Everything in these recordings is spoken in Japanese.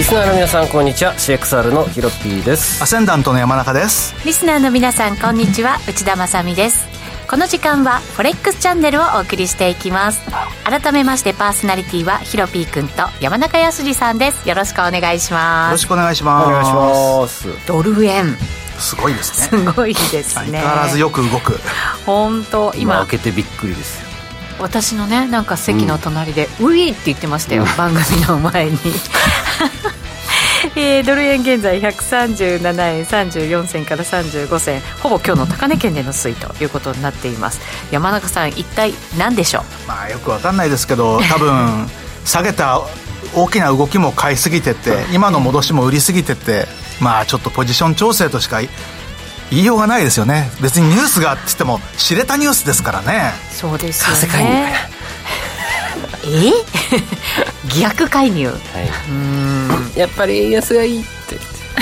スナーの皆さんこんにちは。 CXR のヒロピーです。 アセンダントの山中です。 リスナーの皆さんこんにちは、内田まさみです。この時間はフォレックスチャンネルをお送りしていきます。改めましてパーソナリティはヒロピーくんと山中康さんです。よろしくお願いします。 よろしくお願いします。 お願いします。 ドル円すごいですね。 すごいですね。 相変わらずよく動く。 本当今開けてびっくりですよ。 私のねなんか席の隣で、ウィーって言ってましたよ、番組の前にドル円現在137円34銭から35銭、ほぼ今日の高値圏での推移ということになっています。山中さん一体何でしょう。 よくわかんないですけど、多分下げた大きな動きも買いすぎてて、今の戻しも売りすぎてて、ちょっとポジション調整としか言いようがないですよね。別にニュースがって言っても知れたニュースですからね。 そうですよね。逆介入、 やっぱり円安がいいって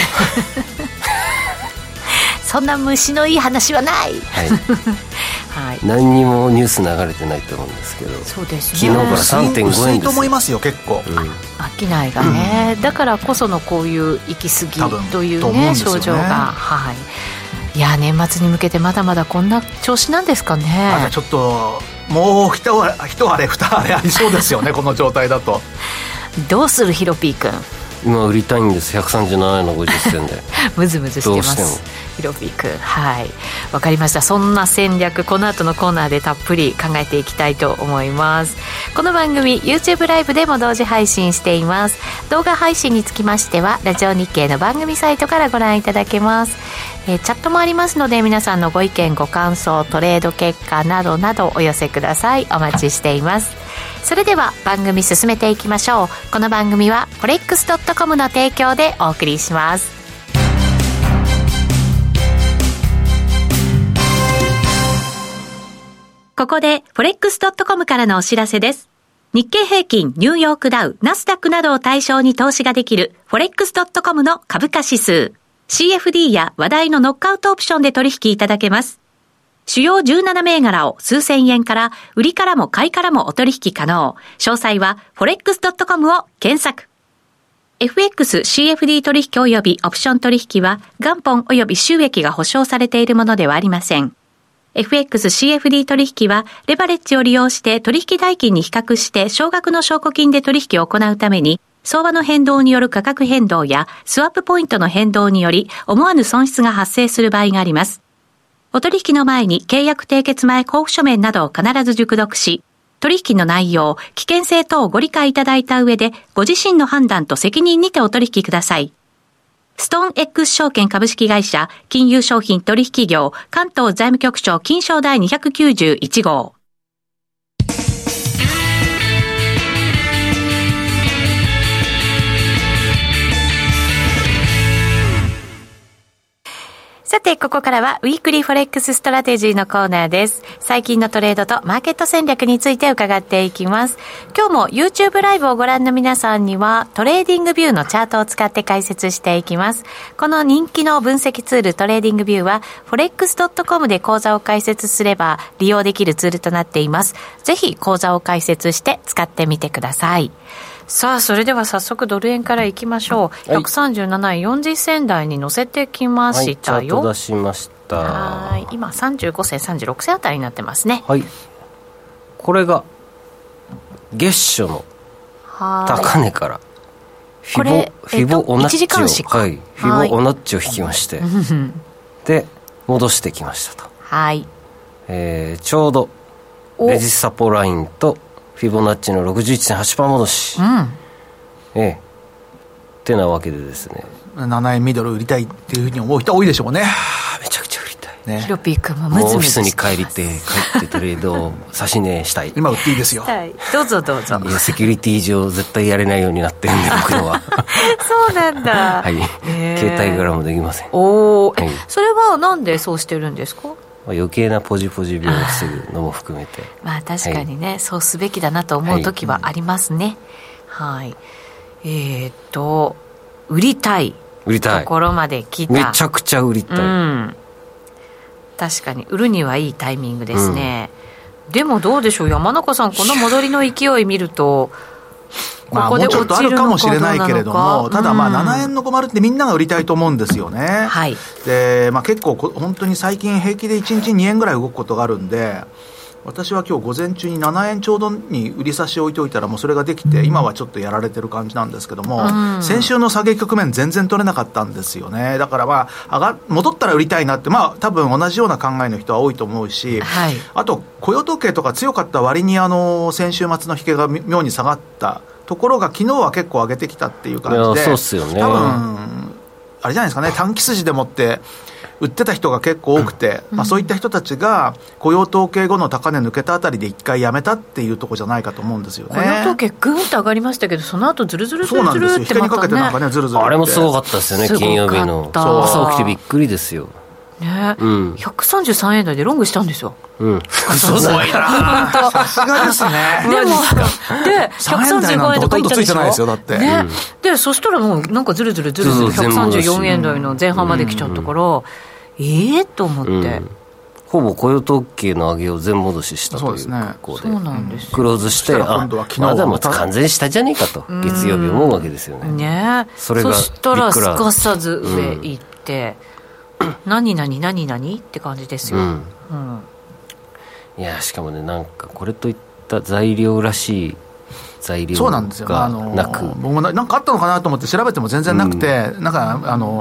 そんな虫のいい話はない、 何にもニュース流れてないと思うんですけど、 そうですね、 昨日から 3.5 円ですよ。 薄いと思いますよ結構、 商いがね、だからこそのこういう行き過ぎというね症状が、いや年末に向けてまだまだこんな調子なんですかね。 ちょっともう一荒れ二荒れありそうですよねこの状態だと。 どうするヒロピー君。 今売りたいんです。137円の50銭でムズムズしてますヒロピー君。わかりました。そんな戦略この後のコーナーでたっぷり考えていきたいと思います。この番組 YouTube ライブでも同時配信しています。動画配信につきましてはラジオ日経の番組サイトからご覧いただけます。チャットもありますので皆さんのご意見ご感想トレード結果などなどお寄せください。お待ちしています。それでは番組進めていきましょう。この番組は forex.com の提供でお送りします。ここで forex.com からのお知らせです。日経平均、ニューヨークダウ、ナスダックなどを対象に投資ができる forex.com の株価指数。CFD や話題のノックアウトオプションで取引いただけます。主要17銘柄を数千円から、売りからも買いからもお取引可能。詳細は forex.com を検索。FX CFD 取引及びオプション取引は元本及び収益が保証されているものではありません。FX CFD 取引はレバレッジを利用して取引代金に比較して少額の証拠金で取引を行うために、相場の変動による価格変動やスワップポイントの変動により思わぬ損失が発生する場合があります。お取引の前に契約締結前交付書面などを必ず熟読し、取引の内容、危険性等をご理解いただいた上で、ご自身の判断と責任にてお取引ください。ストーン X 証券株式会社、金融商品取引業、関東財務局長金商第291号。さて、ここからはウィークリーフォレックスストラテジーのコーナーです。最近のトレードとマーケット戦略について伺っていきます。今日も YouTube ライブをご覧の皆さんにはトレーディングビューのチャートを使って解説していきます。この人気の分析ツールトレーディングビューは forex.com で口座を開設すれば利用できるツールとなっています。ぜひ口座を開設して使ってみてください。さあ、それでは早速ドル円からいきましょう。137円40銭台に乗せてきましたよ。 チャート出しました。 今35銭36銭あたりになってますね。 これが月初の高値からフィボオナッチを、フィボオナッチを引きましてで戻してきましたと。ちょうどレジサポラインとフィボナッチの 61.8% 戻し、ってなわけでですね、 7円ミドル売りたいっていうふうに思う人多いでしょうね。 めちゃくちゃ売りたい、 ヒロピー君もムズムズもうオフィスに帰ってトレードを差し値したい今売っていいですよ、 どうぞどうぞ。 いやセキュリティ上絶対やれないようになってるんで僕のはそうなんだ、 携帯からもできません。 それはなんでそうしてるんですか。 余計なポジポジ病を防ぐのも含めて確かにね、そうすべきだなと思う時はありますね。売りたいところまで来た。 めちゃくちゃ売りたい、 確かに売るにはいいタイミングですね、でもどうでしょう山中さん、この戻りの勢い見るともうちょっとあるかもしれないけれども、ただ7円の50ってみんなが売りたいと思うんですよね。はい、で、結構本当に最近平気で1日2円ぐらい動くことがあるんで、私は今日午前中に7円ちょうどに売り差し置いておいたらもうそれができて、今はちょっとやられてる感じなんですけども、先週の下げ局面全然取れなかったんですよね。だから戻ったら売りたいなって、多分同じような考えの人は多いと思うし、はい、あと雇用統計とか強かった割に先週末の引けが妙に下がったところが昨日は結構上げてきたっていう感じで、 そうっすよね、 多分あれじゃないですかね、短期筋でもって売ってた人が結構多くて、そういった人たちが雇用統計後の高値抜けたあたりで一回やめたっていうところじゃないかと思うんですよね。 雇用統計ぐんと上がりましたけど、その後ずるずるずるずるってまたね、 そうなんですよ、引けにかけてなんかね、ずるずるって、 あれもすごかったですよね、金曜日の朝起きてびっくりですよね、133円台でロングしたんですよ。 そうだな、さすがですね。 でもで135円とかいったでしょ、 だって、 ね、でそしたらもうなんかずるずるずるずる134円台の前半まで来ちゃったから、と思って、 ほぼ雇用統計の上げを全戻ししたという格好で、 そうなんですよ、 クローズして、でも完全に下じゃねえかと月曜日思うわけですよね。そしたらすかさず上行って、何って感じですよ。 いやしかもね、なんかこれといった材料らしい材料がなく、そうなんですよ、 僕もなんかあったのかなと思って調べても全然なくて、なんか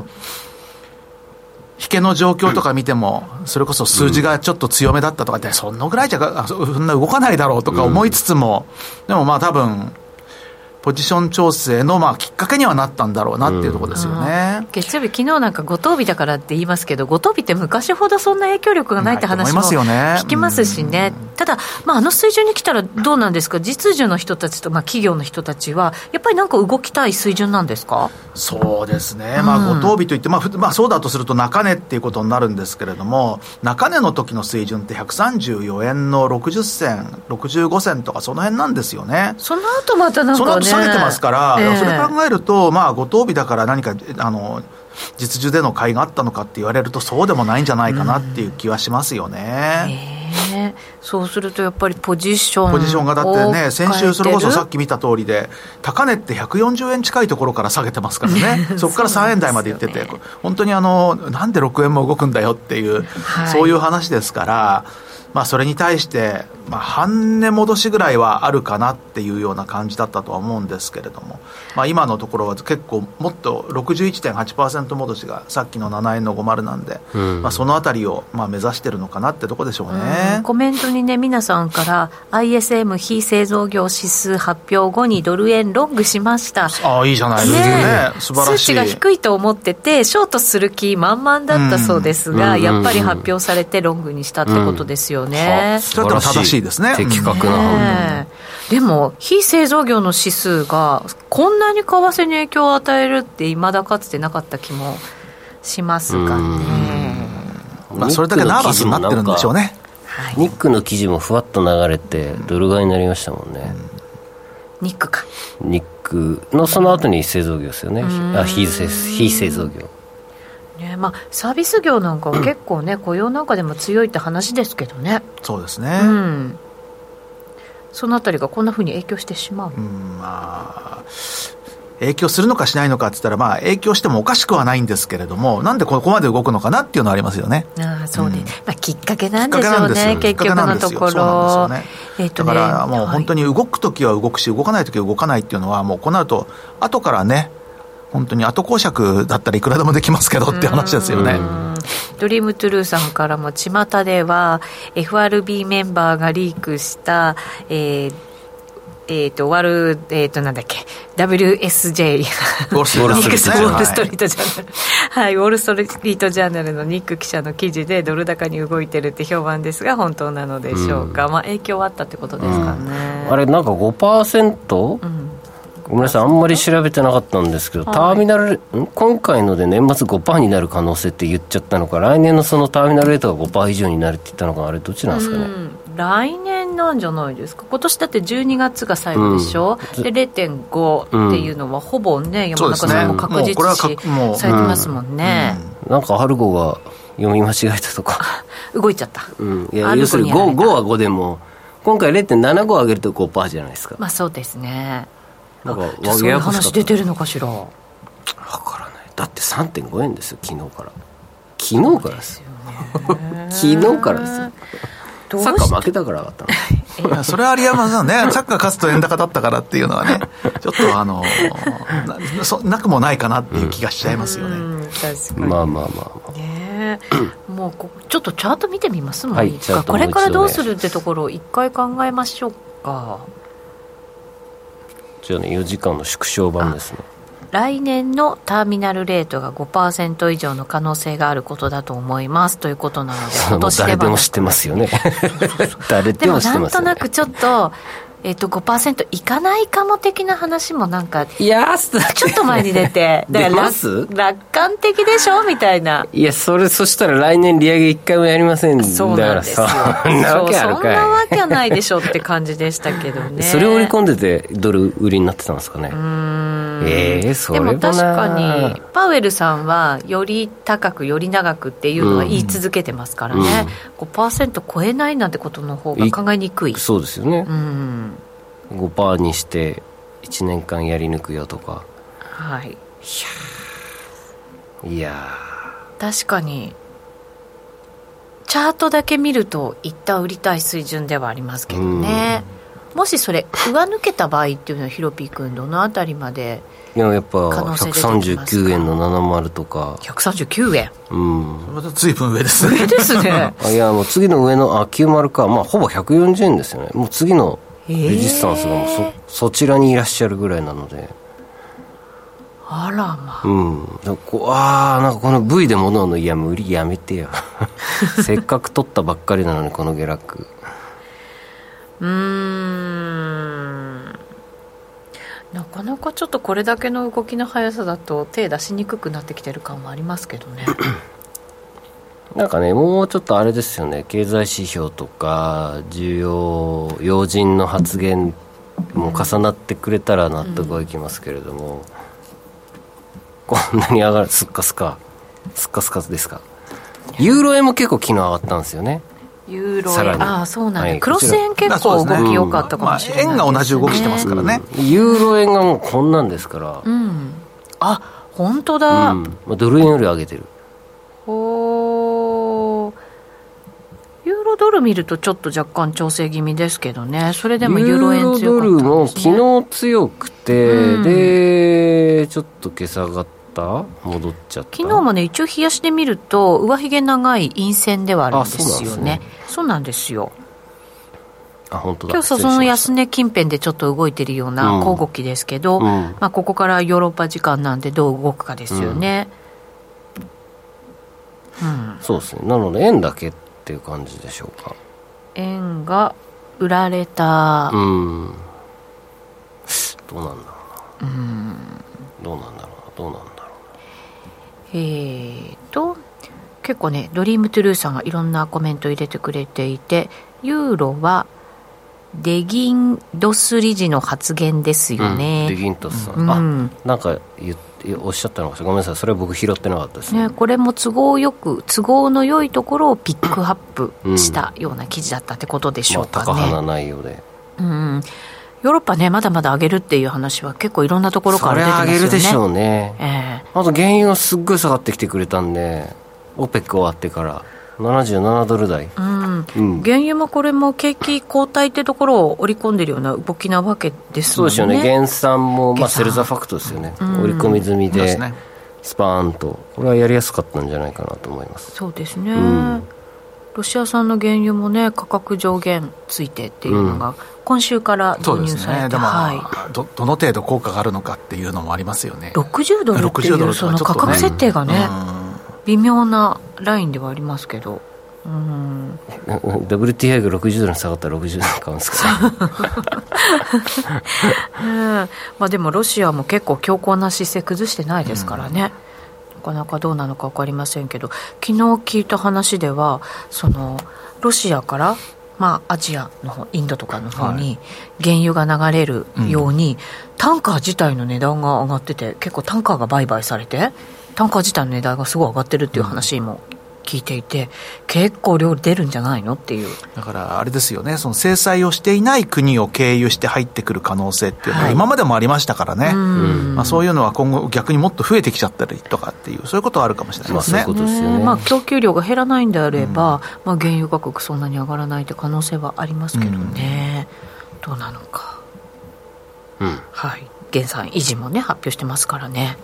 引けの状況とか見てもそれこそ数字がちょっと強めだったとかって、そんなぐらいじゃそんな動かないだろうとか思いつつも、でも多分ポジション調整のきっかけにはなったんだろうなっていうところですよね。 月曜日、昨日なんか五等日だからって言いますけど、五等日って昔ほどそんな影響力がないって話も聞きますしね。ただ、あの水準に来たらどうなんですか、実需の人たちと、企業の人たちはやっぱりなんか動きたい水準なんですか。 そうですね、五等日といって、そうだとすると中値っていうことになるんですけれども、中値の時の水準って134円の60銭65銭とかその辺なんですよね。 その後またなんかね下げてますから、それ考えると、五等日だから何か実需での買いがあったのかって言われるとそうでもないんじゃないかなっていう気はしますよね。 そうするとやっぱりポジションがだってね、先週それこそさっき見た通りで高値って140円近いところから下げてますからねそこから3円台まで行ってて、本当になんで6円も動くんだよっていう、そういう話ですから、それに対して、半値戻しぐらいはあるかなっていうような感じだったとは思うんですけれども、今のところは結構もっと 61.8% 戻しがさっきの7円の50なんで、そのあたりを目指してるのかなってとこでしょうね。 コメントにね、皆さんから ISM 非製造業指数発表後にドル円ロングしました。 いいじゃないですかね、素晴らしい。 数値が低いと思っててショートする気満々だったそうですが、やっぱり発表されてロングにしたってことですよね。 それと正しいですね。 的確な判断。 でも非製造業の指数がこんなに為替に影響を与えるって未だかつてなかった気もしますがね。 それだけナーバスになってるんでしょうね。 ニックの記事もふわっと流れてドル買いになりましたもんね。 ニックか。 ニックのその後に製造業ですよね。非製造業ね、サービス業なんかは結構ね、雇用なんかでも強いって話ですけどね。 そうですね、 そのあたりがこんなふうに影響してしまう、 影響するのかしないのかって言ったら、影響してもおかしくはないんですけれども、なんでここまで動くのかなっていうのはありますよね。 そうね、きっかけなんでしょうね、結局のところ。そうなんですよね。 だからもう本当に動くときは動くし、動かないときは動かないっていうのは、もうこの後後からね、本当に後講釈だったらいくらでもできますけどって話ですよね。 ドリームトゥルーさんからも巷では FRB メンバーがリークしたなんだっけ WSJ ウォールストリートジャーナルはい、ウォールストリートジャーナルのニック記者の記事でドル高に動いてるって評判ですが、本当なのでしょうか。影響はあったってことですかね。 あれなんか 5%、ごめんなさい、あんまり調べてなかったんですけど、ターミナル今回ので年末 5% になる可能性って言っちゃったのか、来年のそのターミナルレートが 5% 以上になるって言ったのか、あれどっちなんですかね。 来年なんじゃないですか。今年だって12月が最後でしょ、で 0.5 っていうのはほぼね、山中さんも確実視されてますもんね。 なんかハルゴが読み間違えたとか動いちゃった、 いや要するに 5は5でも今回 0.75 上げると 5% じゃないですか。 そうですね。 なんかそういう話出てるのかしら。わからない。だって 3.5 円ですよ、昨日ですよ昨日からですよ。サッカー負けたから上がったのそれは有山さんね、サッカー勝つと円高だったからっていうのはね、ちょっとなくもないかなっていう気がしちゃいますよね。 確かに。 まあね、もうちょっとチャート見てみますもん、 はい、 これからどうするってところを一回考えましょうか。 じゃあね、4時間の縮小版ですね。 来年のターミナルレートが 5% 以上の可能性があることだと思いますということなので、今年では誰でも知ってますよね誰でも知ってますよね。 でもなんとなくちょっと5% いかないかも的な話もなんかいやちょっと前に出てだから楽観的でしょみたいな。 いやそしたら来年利上げ1回もやりません。 そうなんですよ。 そんなわけあるかい。 そんなわけはないでしょって感じでしたけどねそれを織り込んでてドル売りになってたんですかね。それもな。 でも確かにパウエルさんはより高くより長くっていうのは言い続けてますからね、5% 超えないなんてことの方が考えにくい。 そうですよね、5% にして1年間やり抜くよとか。 はい。 いや確かにチャートだけ見ると一旦売りたい水準ではありますけどね、もしそれ上抜けた場合っていうのはヒロピー君どのあたりまでいややっぱ139円の70とか。 139円、 また随分上ですね。 上ですねいやもう次の上の90か、まあほぼ140円ですよね。もう次のレジスタンスがもうそちらにいらっしゃるぐらいなので。 あらまあ、なんかこの V で物のいや無理やめてよせっかく取ったばっかりなのにこの下落。 なかなかちょっとこれだけの動きの速さだと手出しにくくなってきてる感はありますけどねなんかね、もうちょっとあれですよね、経済指標とか要人の発言も重なってくれたら納得はいきますけれども、こんなに上がる、すっかすかですか。ユーロ円も結構昨日上がったんですよね。 ユーロ円、そうなんだ、クロス円結構動き良かったかもしれないですね。 円が同じ動きしてますからね、 ユーロ円がもうこんなんですから、 あ、本当だ、 ドル円より上げてる。 ユーロドル見るとちょっと若干調整気味ですけどね。それでもユーロ円強かったんですね。ユーロドルも昨日強くて、でちょっと今朝上がった、戻っちゃった。 昨日もね、一応冷やしで見ると上髭長い陰線ではあるんですよね。そうなんですよ。 本当だ。 今日その安値近辺でちょっと動いてるような小動きですけど、ここからヨーロッパ時間なんでどう動くかですよね。 そうですね。なので円だけっていう感じでしょうか。 円が売られた。 どうなんだろうな。どうなんだろう。 結構ね、ドリームトゥルーさんがいろんなコメント入れてくれていて、ユーロはデギンドス理事の発言ですよね。 デギンドスさん、なんかおっしゃったのかしら。ごめんなさい、それは僕拾ってなかったですね。 これも都合の良いところをピックアップしたような記事だったってことでしょうかね。 高派な内容で、 ヨーロッパね、まだまだ上げるっていう話は結構いろんなところから出てますよね。 それ上げるでしょうね、あと原油がすっごい下がってきてくれたんで、オペック終わってから77ドル台、原油もこれも景気後退ってところを織り込んでるような動きなわけですもんね。そうですよね。減産も、セルザファクトですよね、織り込み済みでスパーンと、これはやりやすかったんじゃないかなと思います。 そうですね、ロシア産の原油もね、価格上限ついてっていうのが今週から導入されて、 そうですね。でも、どの程度効果があるのかっていうのもありますよね。 60ドルっていうその価格設定がね、微妙なラインではありますけど、 WTI が60ドルに下がったら60ドル買うんですかでもロシアも結構強硬な姿勢崩してないですからね、なかなかどうなのか分かりませんけど、昨日聞いた話では、そのロシアからアジアの方、インドとかの方に原油が流れるように、タンカー自体の値段が上がってて、結構タンカーが売買されてタンカー自体の値段がすごい上がってるっていう話も聞いていて、結構量出るんじゃないのっていう。 だからあれですよね、その制裁をしていない国を経由して入ってくる可能性っていうのは今までもありましたからね、まあ、そういうのは今後逆にもっと増えてきちゃったりとかっていう、そういうことはあるかもしれないですね。 そういうことですよね。 まあ、供給量が減らないんであれば、まあ、原油価格そんなに上がらないって可能性はありますけどね、どうなのか、はい、減産維持もね発表してますからね。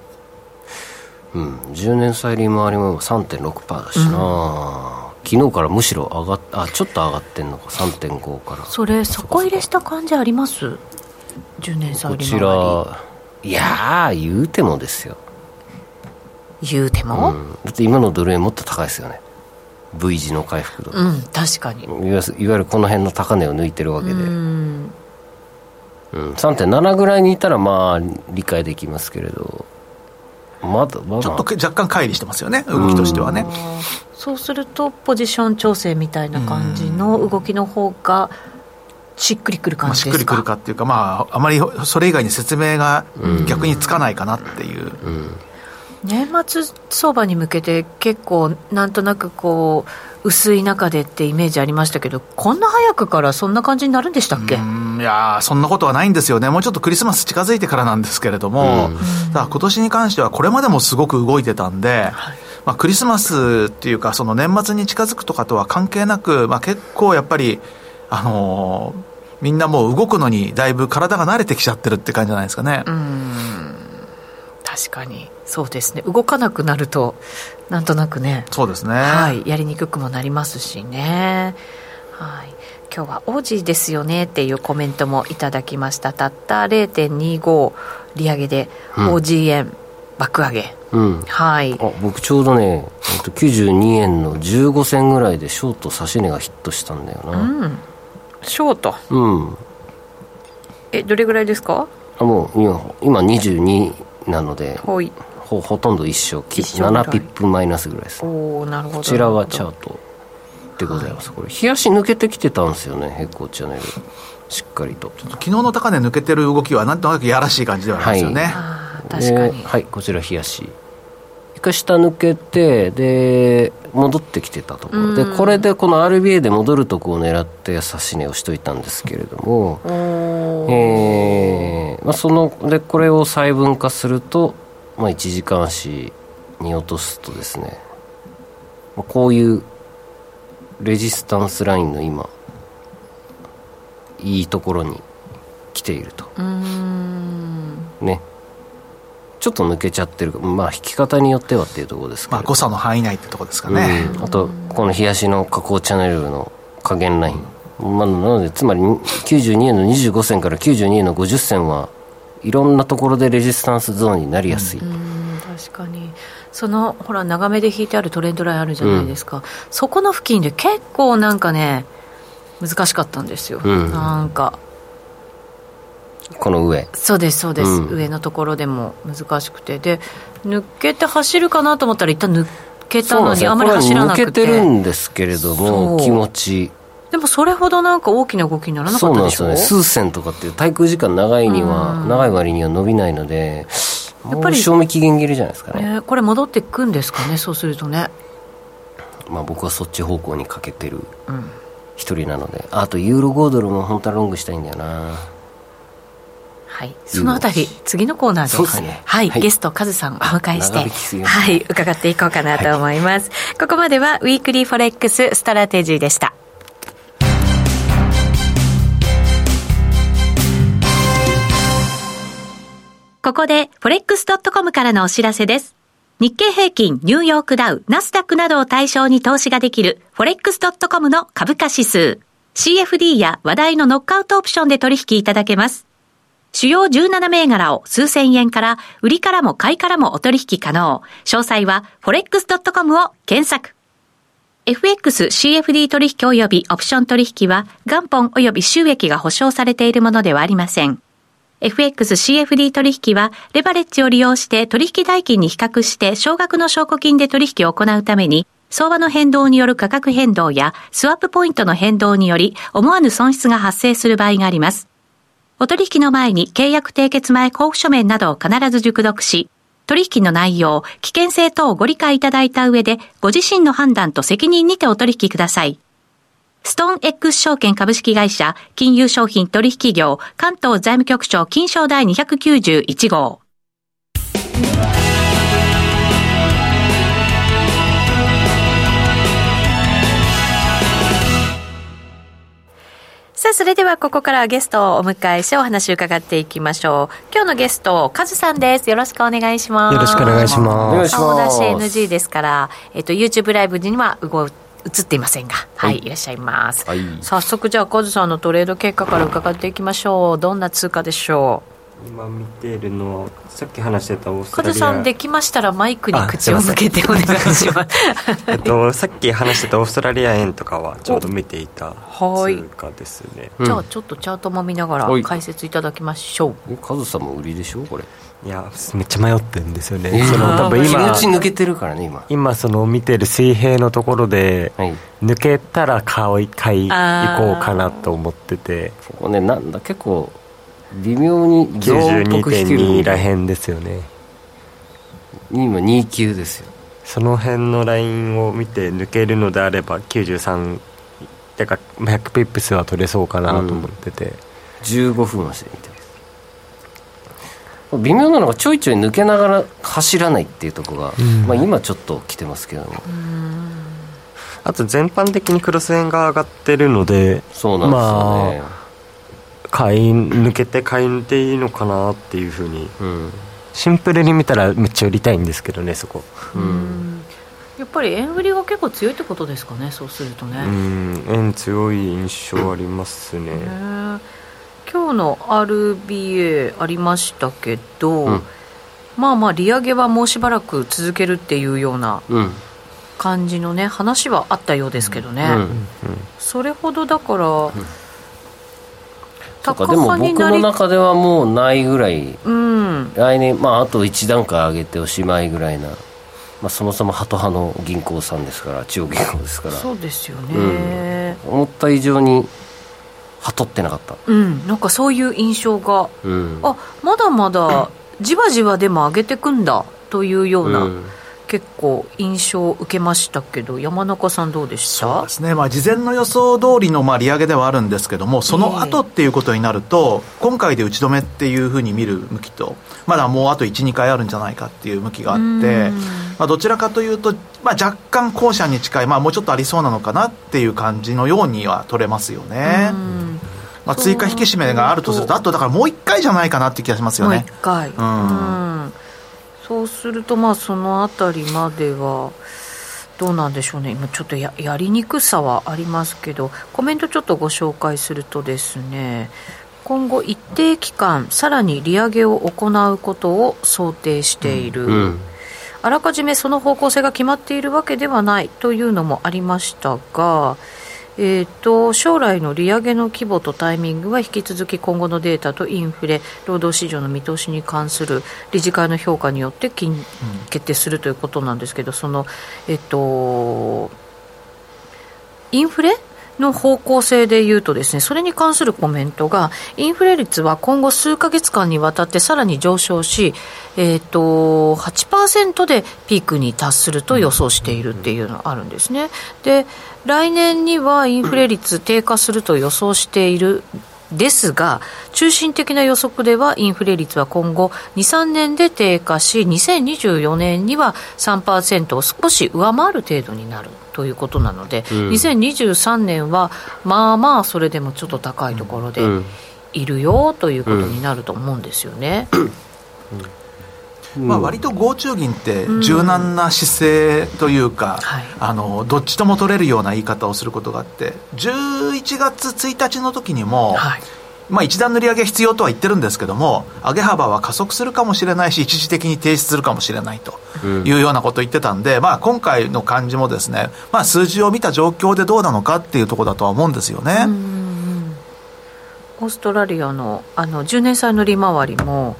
10年債利回りも 3.6% だしな、昨日からむしろ上がっちょっと上がってんのか、 3.5 から。 それ底入れした感じあります？10年債利回り。こちら、 いやー言うてもですよ。 言うても、 だって今のドル円もっと高いですよね、 V 字の回復度。 確かにいわゆるこの辺の高値を抜いてるわけで、3.7 ぐらいにいたらまあ理解できますけれど、まだちょっと若干乖離してますよね、動きとしてはね。 そうするとポジション調整みたいな感じの動きの方がしっくりくる感じですか？ しっくりくるかっていうか、まあ、あまりそれ以外に説明が逆につかないかなっていう、 年末相場に向けて結構なんとなくこう薄い中でってイメージありましたけど、こんな早くからそんな感じになるんでしたっけ？ いやそんなことはないんですよね。もうちょっとクリスマス近づいてからなんですけれども、ただ今年に関してはこれまでもすごく動いてたんで、まあ、クリスマスっていうかその年末に近づくとかとは関係なく、まあ、結構やっぱりみんなもう動くのにだいぶ体が慣れてきちゃってるって感じじゃないですかね。 確かにそうですね。動かなくなるとなんとなくね、 そうですね、 はい、やりにくくもなりますしね。はい、今日はオージーですよねっていうコメントもいただきました。たった 0.25 利上げで OG 円爆上げ、はい、 僕ちょうどね92円の15銭ぐらいでショート指値がヒットしたんだよな、 ショート、どれぐらいですか？ もう今22なので、ほとんど一緒、7ピップマイナスぐらいです。 なるほど。 こちらがチャートでございます。これ日足抜けてきてたんですよね、ヘッコーチャンネルしっかりと。 昨日の高値抜けてる動きはなんとなくやらしい感じではありますよね。 確かに、 はい、こちら日足一回下抜けて、で戻ってきてたところで、これでこの RBA で戻るとこを狙って指し値をしといたんですけれども、まあ、でこれを細分化すると、まあ、1時間足に落とすとですね、こういうレジスタンスラインの今いいところに来ているとね。ちょっと抜けちゃってる、まあ引き方によってはっていうところですけど、 まあ、誤差の範囲内ってところですかね、 あとこの日足の下降チャンネルの下限ライン、なのでつまり92円の25銭から92円の50銭はいろんなところでレジスタンスゾーンになりやすい。 確かにそのほら長めで引いてあるトレンドラインあるじゃないですか、そこの付近で結構なんかね難しかったんですよ、なんかこの上、 そうですそうです、上のところでも難しくて、で抜けて走るかなと思ったら一旦抜けたのにあまり走らなくて、 抜けてるんですけれども気持ちでもそれほどなんか大きな動きにならなかったでしょ。 そうなんですよね。数銭とかっていう滞空時間長い割には伸びないので、やっぱり賞味期限切れじゃないですかね。 これ戻っていくんですかね、そうするとね。 まあ僕はそっち方向にかけてる一人なので、あとユーロ5ドルも本当はロングしたいんだよな。 はい、そのあたり次のコーナーで、 そうですね、 はい、ゲストカズさんをお迎えして、はい、伺っていこうかなと思います、ここまではウィークリーフォレックスストラテジーでした。 ここで forex.com からのお知らせです。日経平均、ニューヨークダウ、ナスダックなどを対象に投資ができる forex.com の株価指数。CFD や話題のノックアウトオプションで取引いただけます。主要17銘柄を数千円から、売りからも買いからもお取引可能。詳細は forex.com を検索。FX CFD 取引及びオプション取引は元本及び収益が保証されているものではありません。FX CFD 取引はレバレッジを利用して取引代金に比較して少額の証拠金で取引を行うために、相場の変動による価格変動やスワップポイントの変動により思わぬ損失が発生する場合があります。お取引の前に契約締結前交付書面などを必ず熟読し、 取引の内容、危険性等をご理解いただいた上で、ご自身の判断と責任にてお取引ください。ストーン X 証券株式会社、金融商品取引業、関東財務局長金商第291号。さあ、それではここからはゲストをお迎えしてお話を伺っていきましょう。今日のゲスト、カズさんです。よろしくお願いします。 よろしくお願いします。 顔出し NG ですから、YouTube ライブには映っていませんが、はい、いらっしゃいます。はい、早速じゃあカズさんのトレード結果から伺っていきましょう。どんな通貨でしょう？ 今見ているのはさっき話してたオーストラリア。 カズさんできましたらマイクに口を向けてお願いしますさっき話してたオーストラリア円とかはちょうど見ていた通貨ですね。 じゃあちょっとチャートも見ながら解説いただきましょう。 カズさんも売りでしょこれ？ いやめっちゃ迷ってるんですよね。 多分今気持ち抜けてるからね。 今その見てる水平のところで、はい、抜けたら買い行こうかなと思ってて、 ここねなんだ結構微妙にゾーンっぽく引ける 92.2 らへんですよね。 今29ですよ。 その辺のラインを見て抜けるのであれば93だから100ピップスは取れそうかなと思ってて、 15分足で見てます。微妙なのがちょいちょい抜けながら走らないっていうところが、今ちょっと来てますけども、 あと全般的にクロス円が上がってるので、 そうなんですよね。 抜けて買い抜いていいのかなっていうふうに、シンプルに見たらめっちゃ売りたいんですけどねそこ。 やっぱり円売りが結構強いってことですかね。そうするとね、 円強い印象ありますね。 今日の RBA ありましたけど、利上げはもうしばらく続けるっていうような感じのね話はあったようですけどね、それほどだから、 でも僕の中ではもうないぐらい、来年、あと1段階上げておしまいぐらいな、そもそもハト派の銀行さんですから、中央銀行ですから。 そうですよね、 思った以上にハトってなかった、 なんかそういう印象が、まだまだじわじわでも上げてくんだというような、結構印象を受けましたけど、山中さんどうでした？ そうですね、事前の予想通りの利上げではあるんですけども、その後っていうことになると、今回で打ち止めっていうふうに見る向きと、まだもうあと 1,2 回あるんじゃないかっていう向きがあって、どちらかというと、若干後者に近い、もうちょっとありそうなのかなっていう感じのようには取れますよね。追加引き締めがあるとすると、あとだからもう1回じゃないかなって気がしますよね。 もう1回、そうするとそのあたりまではどうなんでしょうね。今ちょっと やりにくさはありますけど、コメントちょっとご紹介するとですね、今後一定期間さらに利上げを行うことを想定している、あらかじめその方向性が決まっているわけではないというのもありましたが、将来の利上げの規模とタイミングは引き続き今後のデータとインフレ、労働市場の見通しに関する理事会の評価によって決定するということなんですけど、その、インフレの方向性でいうとですね、それに関するコメントが、インフレ率は今後数ヶ月間にわたってさらに上昇し、8% でピークに達すると予想しているっていうのがあるんですね。で、来年にはインフレ率低下すると予想しているですが、中心的な予測ではインフレ率は今後 2,3 年で低下し、2024年には 3% を少し上回る程度になるということなので、2023年はそれでもちょっと高いところでいるよということになると思うんですよね。 割と豪中銀って柔軟な姿勢というか、どっちとも取れるような言い方をすることがあって、11月1日の時にも、一段の利上げ必要とは言ってるんですけども、上げ幅は加速するかもしれないし、一時的に停止するかもしれないというようなことを言ってたんで、今回の感じもですね、数字を見た状況でどうなのかっていうところだとは思うんですよね。 オーストラリアの10年債の利回りも、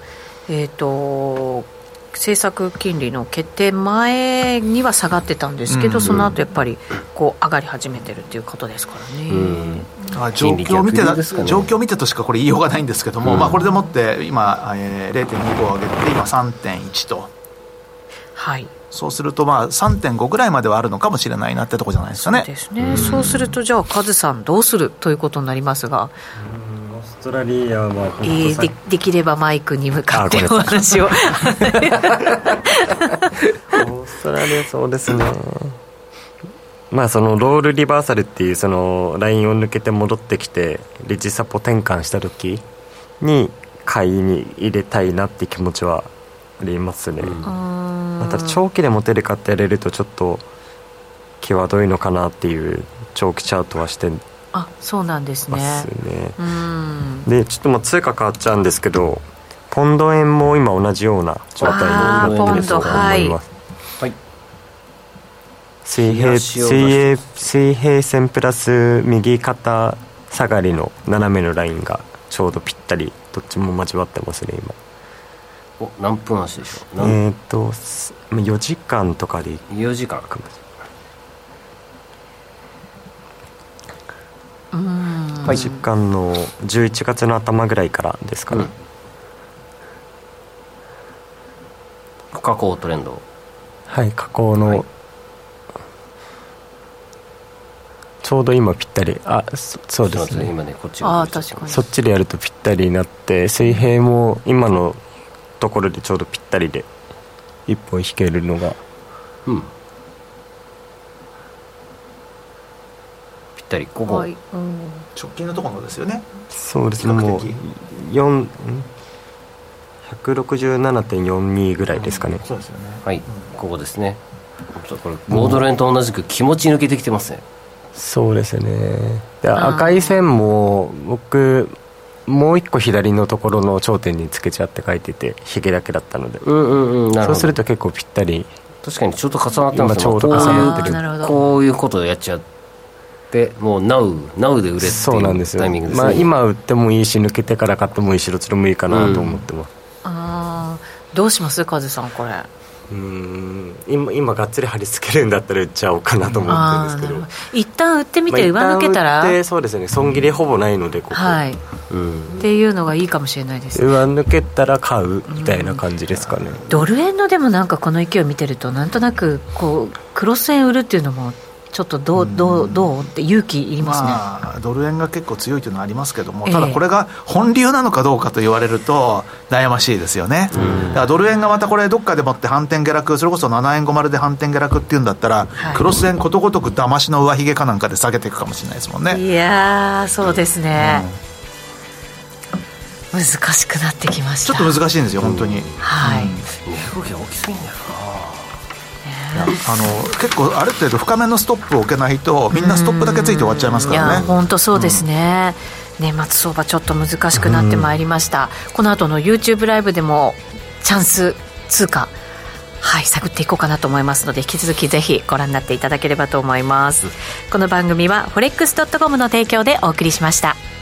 政策金利の決定前には下がってたんですけど、その後やっぱり上がり始めてるっていうことですからね。 状況を見てとしかこれ言いようがないんですけども、これでもって今、0.25 上げて今 3.1 とはい、 そうするとまあ 3.5 ぐらいまではあるのかもしれないなってとこじゃないですかね。 そうですね、そうするとじゃあカズさんどうするということになりますが、 オーストラリアはできればマイクに向かってお話をオーストラリアそうですねまあそのロールリバーサルっていうそのラインを抜けて戻ってきてレジサポ転換した時に買いに入れたいなって気持ちはありますね、また長期で持てるかってやれるとちょっと際どいのかなっていう長期チャートはしてそうなんですね。 でちょっともう通貨変わっちゃうんですけどポンド円も今同じような状態になっていると思います。 はい、 水平線プラス右肩下がりの斜めのラインがちょうどぴったりどっちも交わってますね今。 何分足でしょう。 4時間とかで 4時間かもしれない。4時間の11月の頭ぐらいからですかね、 下降トレンド、 はい下降の、はい、ちょうど今ぴったりそうですね今ねこっち確かにそっちでやるとぴったりになって水平も今のところでちょうどぴったりで一本引けるのが、 ぴったりここ、 直近のところですよね。 そうですねもう167.42 ぐらいですかね、 そうですよね。 はい、ここですね。これ5ドル円と同じく気持ち抜けてきてますね。 そうですね。で赤い線も僕もう一個左のところの頂点につけちゃって書いててヒゲだけだったので、そうすると結構ぴったり確かにちょっと重なってますね。 ちょうど重なってる。 こういうことをやっちゃってもうナウで売れっていうタイミングですね。 まあ、今売ってもいいし抜けてから買ってもいいしどっちでもいいかなと思ってます、 どうしますカズさんこれ。 今がっつり貼り付けるんだったら売っちゃおうかなと思ってるんですけど、 一旦売ってみて上抜けたら、 そうですね損切りほぼないのでここ、 っていうのがいいかもしれないですね。 上抜けたら買うみたいな感じですかね、 ドル円のでもなんかこの勢いを見てるとなんとなくこうクロス円売るっていうのもちょっとどうって勇気いりますね。 ドル円が結構強いというのはありますけども、ただこれが本流なのかどうかと言われると悩ましいですよね。だからドル円がまたこれどっかでもって反転下落、それこそ7円50で反転下落っていうんだったら、クロス円ことごとく騙しの上髭かなんかで下げていくかもしれないですもんね。 いやそうですね、難しくなってきました。 ちょっと難しいんですよ本当に、 動きが大きすぎんだよな。 結構ある程度深めのストップを置けないとみんなストップだけついて終わっちゃいますからね。 本当そうですね、年末相場ちょっと難しくなってまいりました、この後の YouTube ライブでもチャンス通貨探っていこうかなと思いますので引き続きぜひご覧になっていただければと思います、この番組は forex.com の提供でお送りしました。